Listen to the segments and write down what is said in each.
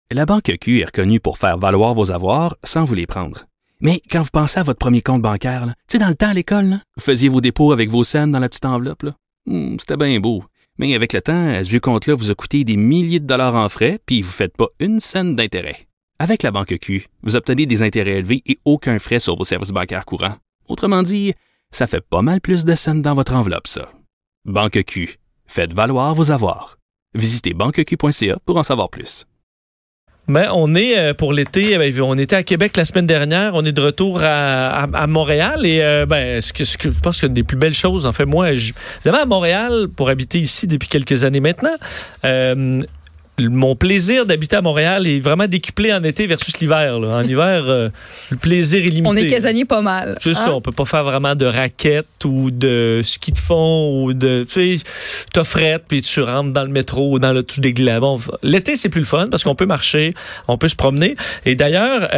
La Banque Q est reconnue pour faire valoir vos avoirs sans vous les prendre. Mais quand vous pensez à votre premier compte bancaire, tu sais, dans le temps à l'école, là, vous faisiez vos dépôts avec vos scènes dans la petite enveloppe. Là. C'était bien beau. Mais avec le temps, ce vieux compte-là vous a coûté des milliers de dollars en frais, puis vous ne faites pas une scène d'intérêt. Avec la Banque Q, vous obtenez des intérêts élevés et aucun frais sur vos services bancaires courants. Autrement dit, ça fait pas mal plus de scènes dans votre enveloppe, ça. Banque Q. Faites valoir vos avoirs. Visitez banqueq.ca pour en savoir plus. Ben, on est pour l'été, on était à Québec la semaine dernière, on est de retour à Montréal et ce que je pense qu'une des plus belles choses, en fait, moi, évidemment à Montréal, pour habiter ici depuis quelques années maintenant, mon plaisir d'habiter à Montréal est vraiment décuplé en été versus l'hiver. Là. En hiver, le plaisir est limité. On est casanier pas mal. C'est ça, on peut pas faire vraiment de raquettes ou de ski de fond ou de, tu sais, t'as frette puis tu rentres dans le métro ou dans le tout des glabs. Bon, l'été, c'est plus le fun parce qu'on peut marcher, on peut se promener. Et d'ailleurs,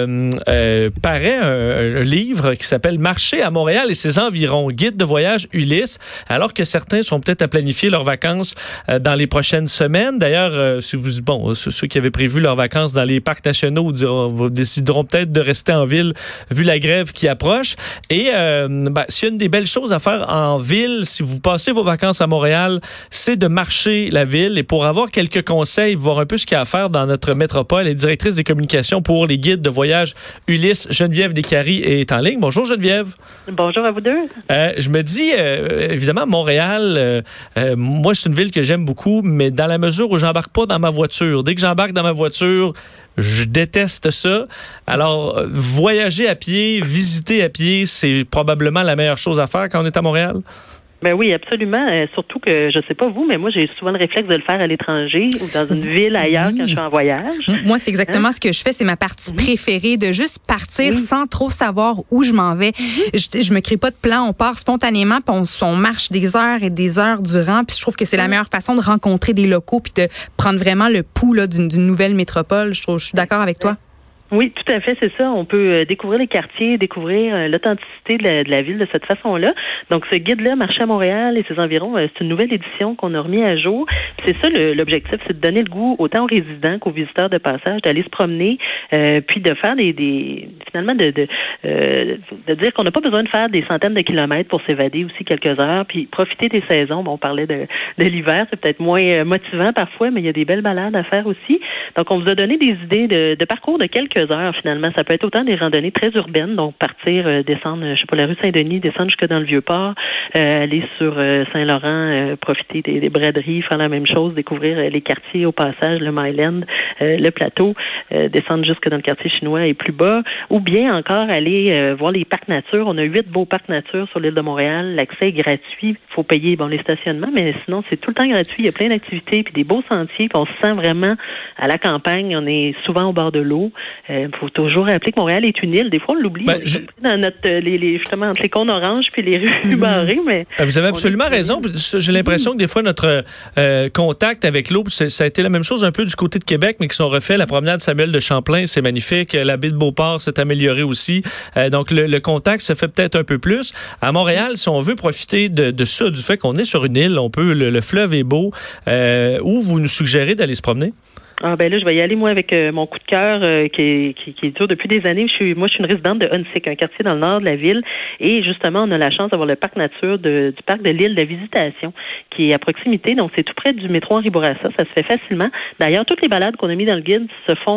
paraît un livre qui s'appelle Marcher à Montréal et ses environs, guide de voyage Ulysse, alors que certains sont peut-être à planifier leurs vacances dans les prochaines semaines. D'ailleurs, ceux qui avaient prévu leurs vacances dans les parcs nationaux décideront peut-être de rester en ville vu la grève qui approche. Et s'il y a une des belles choses à faire en ville, si vous passez vos vacances à Montréal, c'est de marcher la ville. Et pour avoir quelques conseils, voir un peu ce qu'il y a à faire dans notre métropole, et directrice des communications pour les guides de voyage Ulysse, Geneviève Descaries, est en ligne. Bonjour Geneviève. Bonjour à vous deux. Je me dis, évidemment, Montréal, moi c'est une ville que j'aime beaucoup, mais dans la mesure où j'embarque pas dans ma voiture. Dès que j'embarque dans ma voiture, je déteste ça. Alors, voyager à pied, visiter à pied, c'est probablement la meilleure chose à faire quand on est à Montréal. Ben oui, absolument. Surtout que, je sais pas vous, mais moi, j'ai souvent le réflexe de le faire à l'étranger ou dans une ville ailleurs quand je suis en voyage. Moi, c'est exactement ce que je fais. C'est ma partie préférée, de juste partir sans trop savoir où je m'en vais. Je me crée pas de plan. On part spontanément, puis on marche des heures et des heures durant. Puis je trouve que c'est la meilleure façon de rencontrer des locaux puis de prendre vraiment le pouls là, d'une nouvelle métropole. Je suis d'accord avec toi. Oui, tout à fait, c'est ça. On peut découvrir les quartiers, découvrir l'authenticité de la ville de cette façon-là. Donc, ce guide-là, Marcher à Montréal et ses environs, c'est une nouvelle édition qu'on a remis à jour. Puis c'est ça l'objectif, c'est de donner le goût autant aux résidents qu'aux visiteurs de passage, d'aller se promener, puis de faire finalement de dire qu'on n'a pas besoin de faire des centaines de kilomètres pour s'évader aussi quelques heures, puis profiter des saisons. Bon, on parlait de l'hiver, c'est peut-être moins motivant parfois, mais il y a des belles balades à faire aussi. Donc, on vous a donné des idées de parcours de quelques heures, finalement. Ça peut être autant des randonnées très urbaines, donc partir, descendre, je sais pas, la rue Saint-Denis, descendre jusque dans le Vieux-Port, aller sur Saint-Laurent, profiter des braderies, faire la même chose, découvrir les quartiers au passage, le Myland, le plateau, descendre jusque dans le quartier chinois et plus bas, ou bien encore aller voir les parcs nature. On a 8 beaux parcs nature sur l'île de Montréal. L'accès est gratuit. Il faut payer, les stationnements, mais sinon, c'est tout le temps gratuit. Il y a plein d'activités, puis des beaux sentiers, puis on se sent vraiment à la campagne. On est souvent au bord de l'eau. Faut toujours rappeler que Montréal est une île. Des fois, on l'oublie. Dans notre justement entre les cônes oranges puis les rues barrées. Mais vous avez absolument raison. J'ai l'impression que des fois, notre contact avec l'eau, ça a été la même chose un peu du côté de Québec, mais qui sont refaits. La promenade Samuel de Champlain, c'est magnifique. La baie de Beauport s'est améliorée aussi. Donc, le contact se fait peut-être un peu plus. À Montréal, si on veut profiter de ça, du fait qu'on est sur une île, on peut, le fleuve est beau. Où vous nous suggérez d'aller se promener? Ah ben là, je vais y aller, moi, avec mon coup de cœur qui dure depuis des années. Je suis une résidente de Huntsic, un quartier dans le nord de la ville. Et justement, on a la chance d'avoir le parc nature du parc de l'île de Visitation, qui est à proximité. Donc, c'est tout près du métro Henri Bourassa. Ça se fait facilement. D'ailleurs, toutes les balades qu'on a mis dans le guide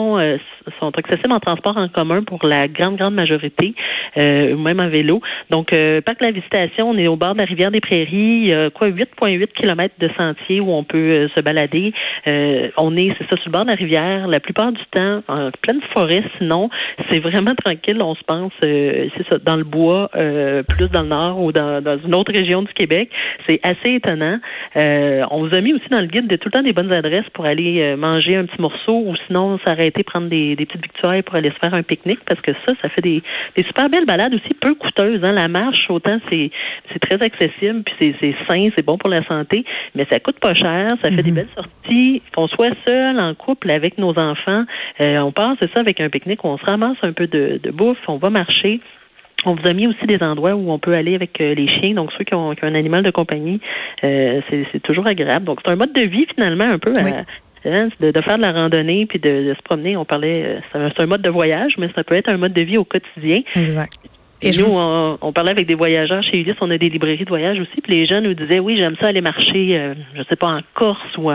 sont accessibles en transport en commun pour la grande majorité, ou même en vélo. Donc, parc de la Visitation, on est au bord de la rivière des Prairies. Il y a 8,8 kilomètres de sentiers où on peut se balader. On est, c'est ça, sur le bord de la rivière, la plupart du temps, en pleine forêt, sinon, c'est vraiment tranquille. On se pense, c'est ça, dans le bois, plus dans le nord ou dans une autre région du Québec. C'est assez étonnant. On vous a mis aussi dans le guide tout le temps des bonnes adresses pour aller manger un petit morceau ou sinon s'arrêter, prendre des petites victuailles pour aller se faire un pique-nique parce que ça fait des super belles balades aussi, peu coûteuses. Hein. La marche, autant c'est très accessible, puis c'est sain, c'est bon pour la santé, mais ça coûte pas cher, ça fait des belles sorties. Qu'on soit seul, en couple, avec nos enfants, on part, c'est ça, avec un pique-nique où on se ramasse un peu de bouffe, on va marcher. On vous a mis aussi des endroits où on peut aller avec les chiens, donc ceux qui ont un animal de compagnie, c'est toujours agréable. Donc, c'est un mode de vie, finalement, un peu de faire de la randonnée puis de se promener. On parlait, c'est un mode de voyage, mais ça peut être un mode de vie au quotidien. Exact. Et nous, on parlait avec des voyageurs chez Ulysse, on a des librairies de voyage aussi, puis les gens nous disaient, oui, j'aime ça aller marcher, je sais pas, en Corse ou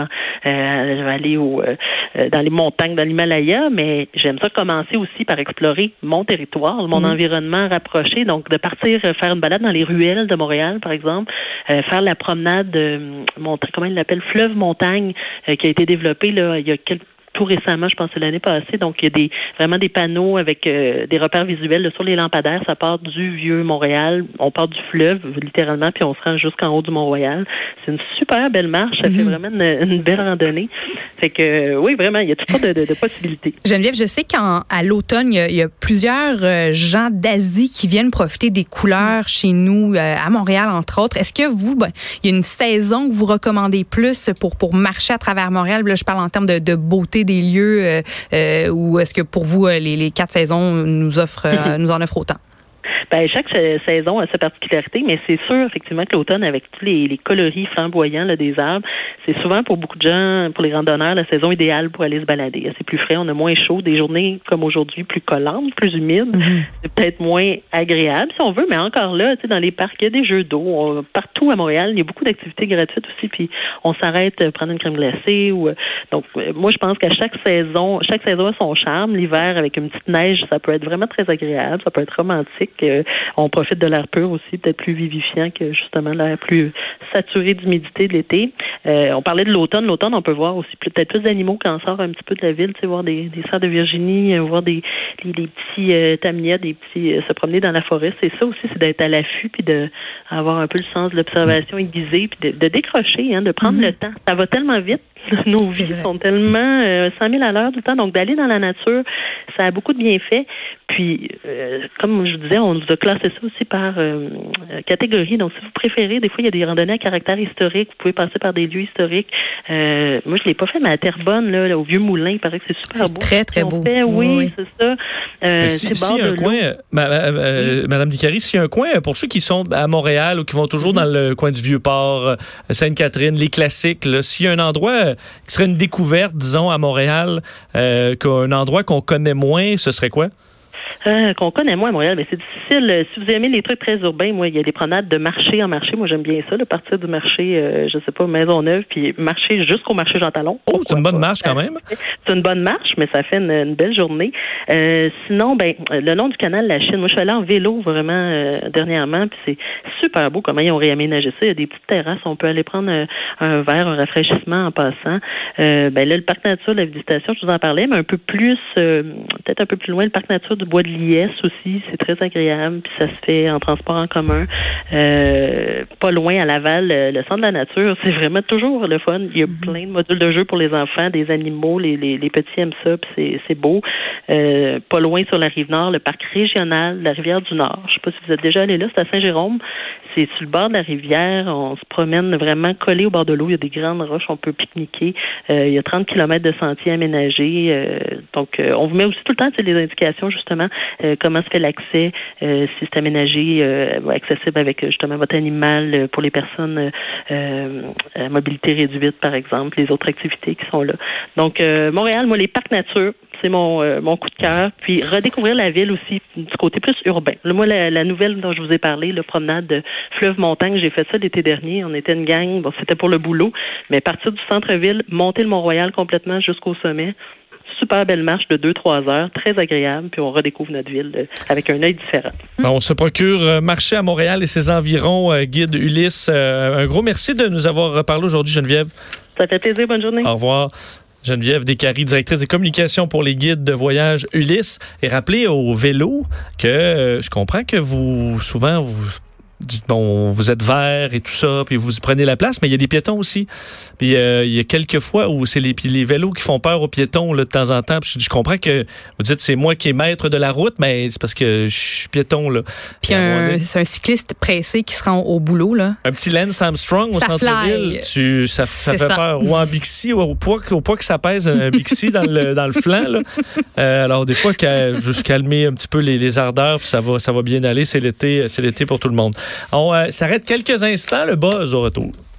aller dans les montagnes, dans l'Himalaya, mais j'aime ça commencer aussi par explorer mon territoire, mon environnement rapproché, donc de partir faire une balade dans les ruelles de Montréal, par exemple, faire la promenade, comment il l'appelle, Fleuve Montagne, qui a été développée là il y a tout récemment, je pense que c'est l'année passée. Donc, il y a vraiment des panneaux avec des repères visuels là, sur les lampadaires. Ça part du vieux Montréal. On part du fleuve, littéralement, puis on se rend jusqu'en haut du Mont-Royal. C'est une super belle marche. Ça fait vraiment une belle randonnée. Fait que, oui, vraiment, il y a toutes sortes de possibilités. Geneviève, je sais qu'à l'automne, il y a plusieurs gens d'Asie qui viennent profiter des couleurs chez nous, à Montréal, entre autres. Est-ce que vous, il y a une saison que vous recommandez plus pour marcher à travers Montréal? Là, je parle en termes de beauté des lieux, ou est-ce que pour vous, les 4 saisons nous en offrent autant? Ben, chaque saison a sa particularité, mais c'est sûr, effectivement, que l'automne, avec tous les coloris flamboyants là, des arbres, c'est souvent pour beaucoup de gens, pour les randonneurs, la saison idéale pour aller se balader. C'est plus frais, on a moins chaud, des journées comme aujourd'hui plus collantes, plus humides. C'est peut-être moins agréable, si on veut, mais encore là, tu sais, dans les parcs, il y a des jeux d'eau. Partout à Montréal, il y a beaucoup d'activités gratuites aussi, puis on s'arrête prendre une crème glacée. Donc, moi, je pense qu'à chaque saison a son charme. L'hiver, avec une petite neige, ça peut être vraiment très agréable, ça peut être romantique. On profite de l'air pur aussi, peut-être plus vivifiant que justement l'air plus saturé d'humidité de l'été. On parlait de l'automne. L'automne, on peut voir aussi peut-être plus d'animaux quand on sort un petit peu de la ville, tu sais, voir des cerfs de Virginie, voir des petits tamia, se promener dans la forêt. C'est ça aussi, c'est d'être à l'affût puis d'avoir un peu le sens de l'observation aiguisée puis de décrocher, de prendre le temps. Ça va tellement vite. Nos vies sont tellement 100 000 à l'heure tout le temps. Donc, d'aller dans la nature, ça a beaucoup de bienfaits. Puis, comme je disais, on nous a classé ça aussi par catégorie. Donc, si vous préférez, des fois, il y a des randonnées à caractère historique. Vous pouvez passer par des lieux historiques. Moi, je l'ai pas fait, mais à Terrebonne, là, au Vieux-Moulin, il paraît que c'est super beau. Très, très beau. Oui, c'est ça. S'il y a un coin, Madame Dicary, s'il y a un coin, pour ceux qui sont à Montréal ou qui vont toujours dans le coin du Vieux-Port, Sainte-Catherine, les classiques, là, s'il y a un endroit qui serait une découverte, disons, à Montréal, un endroit qu'on connaît moins, ce serait quoi? Qu'on connaît moins à Montréal, mais c'est difficile. Si vous aimez les trucs très urbains, moi, il y a des promenades de marché en marché. Moi, j'aime bien ça, partir du marché, je sais pas, Maisonneuve, puis marcher jusqu'au marché Jean Talon. Oh, c'est une bonne marche quand même. C'est une bonne marche, mais ça fait une belle journée. Sinon, le long du canal de la Chine, moi, je suis allée en vélo vraiment dernièrement, puis c'est super beau comment ils ont réaménagé ça. Il y a des petites terrasses, on peut aller prendre un verre, un rafraîchissement en passant. Là, le parc nature de la Visitation, je vous en parlais, mais un peu plus, peut-être un peu plus loin, le parc nature du Bois de Liesse aussi, c'est très agréable, puis ça se fait en transport en commun. Pas loin à Laval, le centre de la nature, c'est vraiment toujours le fun. Il y a plein de modules de jeu pour les enfants, des animaux, les petits aiment ça, puis c'est beau. Pas loin sur la Rive-Nord, le parc régional de la Rivière-du-Nord. Je sais pas si vous êtes déjà allé là, c'est à Saint-Jérôme. C'est sur le bord de la rivière, on se promène vraiment collé au bord de l'eau. Il y a des grandes roches, on peut pique-niquer. Il y a 30 km de sentiers aménagés. Donc, on vous met aussi tout le temps les indications, justement, comment se fait l'accès, si c'est aménagé, accessible avec justement votre animal pour les personnes à mobilité réduite, par exemple, les autres activités qui sont là. Donc, Montréal, moi, les parcs nature, c'est mon coup de cœur. Puis, redécouvrir la ville aussi du côté plus urbain. Là, moi, la nouvelle dont je vous ai parlé, la promenade de Fleuve Montagne, j'ai fait ça l'été dernier. On était une gang, c'était pour le boulot, mais partir du centre-ville, monter le Mont-Royal complètement jusqu'au sommet. Super belle marche de 2-3 heures, très agréable, puis on redécouvre notre ville avec un œil différent. On se procure marcher à Montréal et ses environs. Guide Ulysse, un gros merci de nous avoir parlé aujourd'hui, Geneviève. Ça fait plaisir, bonne journée. Au revoir. Geneviève Descaries, directrice des communications pour les guides de voyage Ulysse. Et rappelez au vélo que je comprends que souvent, dites, vous êtes vert et tout ça, puis vous prenez la place, mais il y a des piétons aussi. Puis il y a quelques fois où c'est les vélos qui font peur aux piétons là, de temps en temps. Puis je comprends que vous dites c'est moi qui est maître de la route, mais c'est parce que je suis piéton. Là. Puis c'est un cycliste pressé qui se rend au boulot. Là. Un petit Lance Armstrong au centre-ville, ça fait peur. Ou en Bixi, au poids que ça pèse un Bixi dans le flanc. Là. Alors des fois, juste calmer un petit peu les ardeurs, puis ça va bien aller. C'est l'été pour tout le monde. On s'arrête quelques instants, le buzz au retour.